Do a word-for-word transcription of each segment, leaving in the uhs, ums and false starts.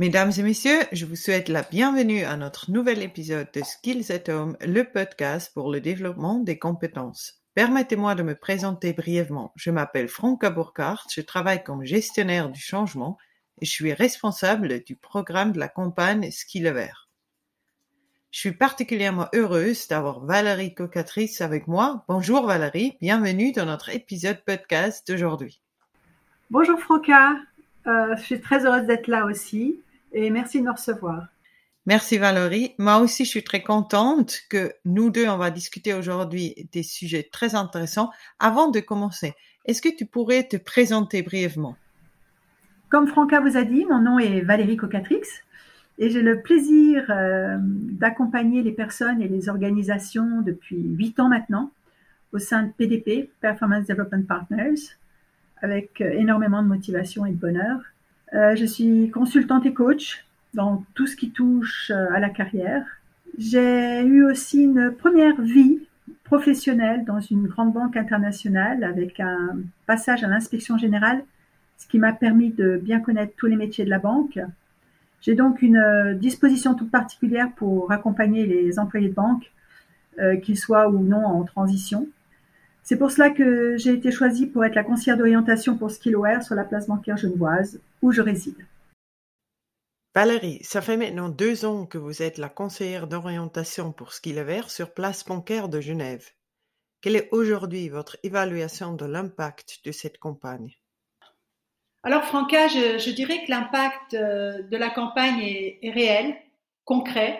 Mesdames et messieurs, je vous souhaite la bienvenue à notre nouvel épisode de Skills at Home, le podcast pour le développement des compétences. Permettez-moi de me présenter brièvement. Je m'appelle Franca Burkhardt, je travaille comme gestionnaire du changement et je suis responsable du programme de la campagne Skillever. Je suis particulièrement heureuse d'avoir Valérie Cocatrice avec moi. Bonjour Valérie, bienvenue dans notre épisode podcast d'aujourd'hui. Bonjour Franca, euh, je suis très heureuse d'être là aussi et merci de me recevoir. Merci Valérie. Moi aussi, je suis très contente que nous deux, on va discuter aujourd'hui des sujets très intéressants. Avant de commencer, est-ce que tu pourrais te présenter brièvement? Comme Franca vous a dit, mon nom est Valérie Cocatrix et j'ai le plaisir euh, d'accompagner les personnes et les organisations depuis huit ans maintenant au sein de P D P, Performance Development Partners, avec euh, énormément de motivation et de bonheur. Euh, je suis consultante et coach dans tout ce qui touche euh, à la carrière. J'ai eu aussi une première vie professionnelle dans une grande banque internationale avec un passage à l'inspection générale, ce qui m'a permis de bien connaître tous les métiers de la banque. J'ai donc une disposition toute particulière pour accompagner les employés de banque, euh, qu'ils soient ou non en transition. C'est pour cela que j'ai été choisie pour être la conseillère d'orientation pour Skillever sur la place bancaire genevoise, où je réside. Valérie, ça fait maintenant deux ans que vous êtes la conseillère d'orientation pour Skillever sur place bancaire de Genève. Quelle est aujourd'hui votre évaluation de l'impact de cette campagne? Alors Franca, je, je dirais que l'impact euh, de la campagne est, est réel, concret.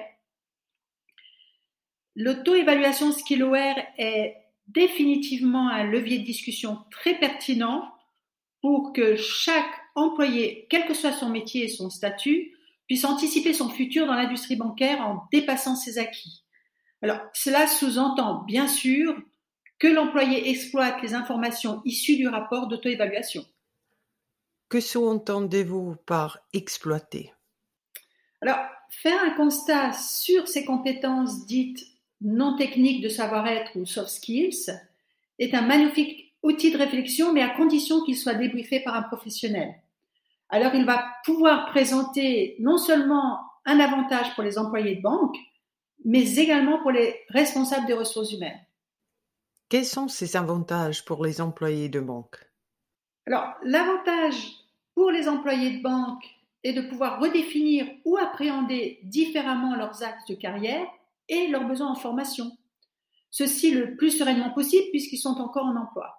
L'auto-évaluation Skillever est définitivement un levier de discussion très pertinent pour que chaque employé, quel que soit son métier et son statut, puisse anticiper son futur dans l'industrie bancaire en dépassant ses acquis. Alors, cela sous-entend bien sûr que l'employé exploite les informations issues du rapport d'auto-évaluation. Que sous-entendez-vous par exploiter? Alors, faire un constat sur ces compétences dites non techniques de savoir-être ou soft skills est un magnifique outil de réflexion, mais à condition qu'il soit débriefé par un professionnel. Alors, il va pouvoir présenter non seulement un avantage pour les employés de banque, mais également pour les responsables des ressources humaines. Quels sont ces avantages pour les employés de banque? Alors, l'avantage pour les employés de banque est de pouvoir redéfinir ou appréhender différemment leurs axes de carrière et leurs besoins en formation. Ceci le plus sereinement possible puisqu'ils sont encore en emploi.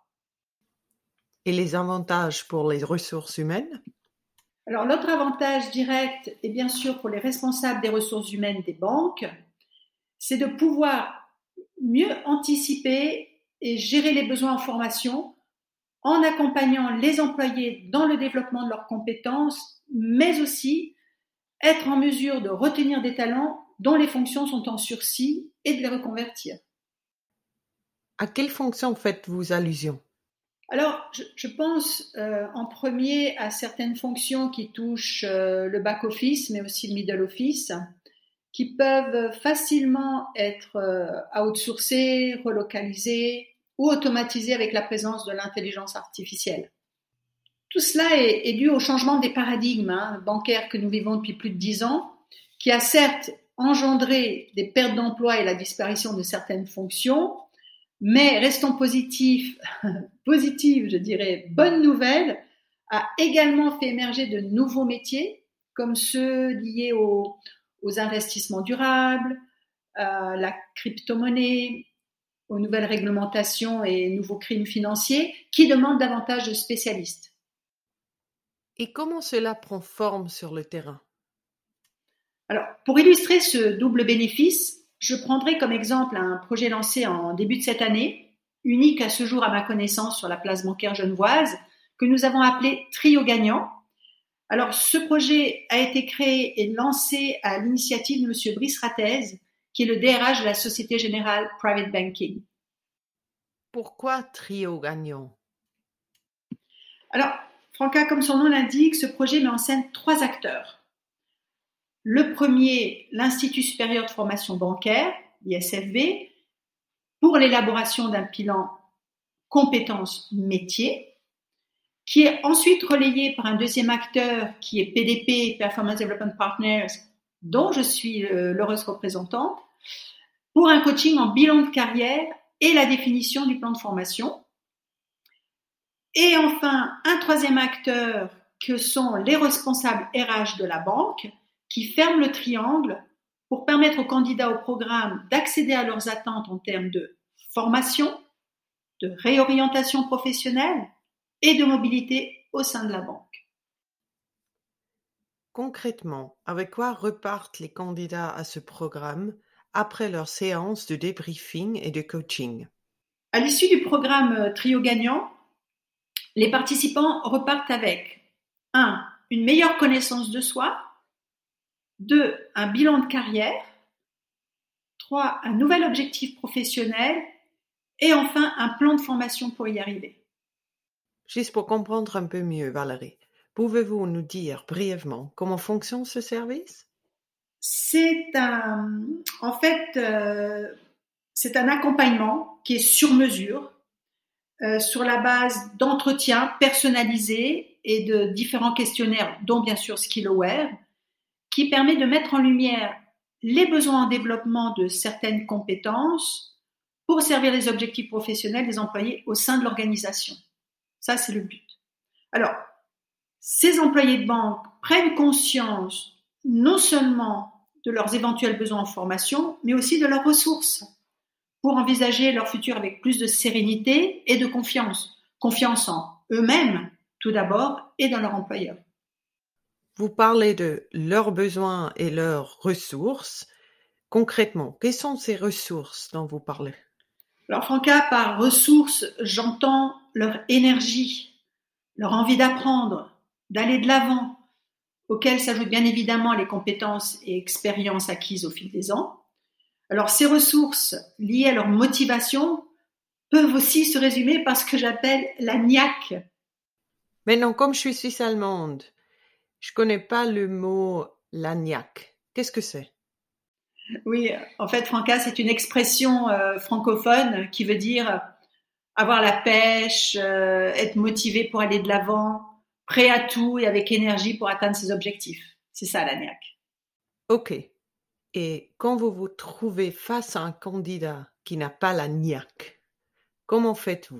Et les avantages pour les ressources humaines? Alors, l'autre avantage direct est bien sûr pour les responsables des ressources humaines des banques, c'est de pouvoir mieux anticiper et gérer les besoins en formation en accompagnant les employés dans le développement de leurs compétences, mais aussi être en mesure de retenir des talents dont les fonctions sont en sursis et de les reconvertir. À quelles fonctions faites-vous allusion? Alors, je, je pense euh, en premier à certaines fonctions qui touchent euh, le back-office, mais aussi le middle-office, qui peuvent facilement être euh, outsourcées, relocalisées ou automatisées avec la présence de l'intelligence artificielle. Tout cela est, est dû au changement des paradigmes hein, bancaires que nous vivons depuis plus de dix ans, qui a certes engendré des pertes d'emploi et la disparition de certaines fonctions, mais restons positifs, positifs, je dirais, bonne nouvelle, a également fait émerger de nouveaux métiers, comme ceux liés aux, aux investissements durables, à la crypto-monnaie, aux nouvelles réglementations et nouveaux crimes financiers, qui demandent davantage de spécialistes. Et comment cela prend forme sur le terrain? Alors, pour illustrer ce double bénéfice, je prendrai comme exemple un projet lancé en début de cette année, unique à ce jour à ma connaissance sur la place bancaire genevoise, que nous avons appelé Trio Gagnant. Alors, ce projet a été créé et lancé à l'initiative de M. Brice Ratez, qui est le D R H de la Société Générale Private Banking. Pourquoi Trio Gagnant? Alors, Franca, comme son nom l'indique, ce projet met en scène trois acteurs. Le premier, l'Institut supérieur de formation bancaire, l'I S F B, pour l'élaboration d'un bilan compétences métiers. qui est ensuite relayé par un deuxième acteur qui est P D P, Performance Development Partners, dont je suis l'heureuse représentante, pour un coaching en bilan de carrière et la définition du plan de formation. Et enfin, un troisième acteur que sont les responsables R H de la banque qui ferment le triangle pour permettre aux candidats au programme d'accéder à leurs attentes en termes de formation, de réorientation professionnelle et de mobilité au sein de la banque. Concrètement, avec quoi repartent les candidats à ce programme après leur séance de débriefing et de coaching? À l'issue du programme Trio Gagnant, les participants repartent avec un une meilleure connaissance de soi, deux un bilan de carrière, trois un nouvel objectif professionnel et enfin un plan de formation pour y arriver. Juste pour comprendre un peu mieux, Valérie, pouvez-vous nous dire brièvement comment fonctionne ce service? C'est un, en fait, euh, c'est un accompagnement qui est sur mesure, euh, sur la base d'entretiens personnalisés et de différents questionnaires, dont bien sûr SkillAware, qui permet de mettre en lumière les besoins en développement de certaines compétences pour servir les objectifs professionnels des employés au sein de l'organisation. Ça, c'est le but. Alors, ces employés de banque prennent conscience non seulement de leurs éventuels besoins en formation, mais aussi de leurs ressources pour envisager leur futur avec plus de sérénité et de confiance. Confiance en eux-mêmes, tout d'abord, et dans leur employeur. Vous parlez de leurs besoins et leurs ressources. Concrètement, quelles sont ces ressources dont vous parlez? Alors, Franca, par ressources, j'entends leur énergie, leur envie d'apprendre, d'aller de l'avant, auxquelles s'ajoutent bien évidemment les compétences et expériences acquises au fil des ans. Alors, ces ressources liées à leur motivation peuvent aussi se résumer par ce que j'appelle la niaque. Maintenant, comme je suis suisse-allemande, je ne connais pas le mot la niaque. Qu'est-ce que c'est? Oui, en fait, Franca, c'est une expression euh, francophone qui veut dire avoir la pêche, euh, être motivé pour aller de l'avant, prêt à tout et avec énergie pour atteindre ses objectifs. C'est ça, la niaque. Ok. Et quand vous vous trouvez face à un candidat qui n'a pas la niaque, comment faites-vous?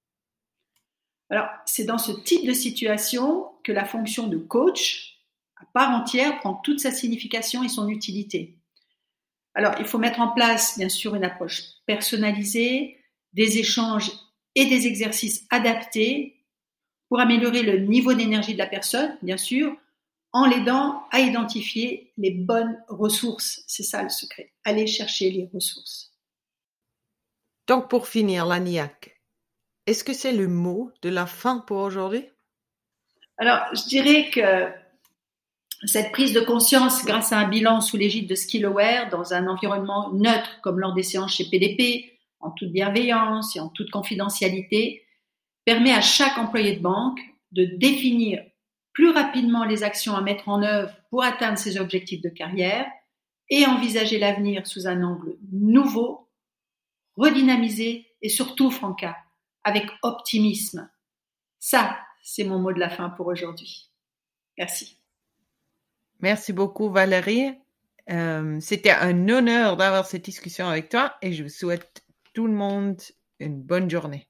Alors, c'est dans ce type de situation que la fonction de coach, à part entière, prend toute sa signification et son utilité. Alors, il faut mettre en place, bien sûr, une approche personnalisée, des échanges et des exercices adaptés pour améliorer le niveau d'énergie de la personne, bien sûr, en l'aidant à identifier les bonnes ressources. C'est ça le secret. Aller chercher les ressources. Donc, pour finir, la niaque, est-ce que c'est le mot de la fin pour aujourd'hui? Alors, je dirais que cette prise de conscience grâce à un bilan sous l'égide de SkillAware dans un environnement neutre comme lors des séances chez P D P, en toute bienveillance et en toute confidentialité, permet à chaque employé de banque de définir plus rapidement les actions à mettre en œuvre pour atteindre ses objectifs de carrière et envisager l'avenir sous un angle nouveau, redynamisé et surtout, Franca, avec optimisme. Ça, c'est mon mot de la fin pour aujourd'hui. Merci. Merci beaucoup, Valérie. Euh, c'était un honneur d'avoir cette discussion avec toi et je vous souhaite tout le monde une bonne journée.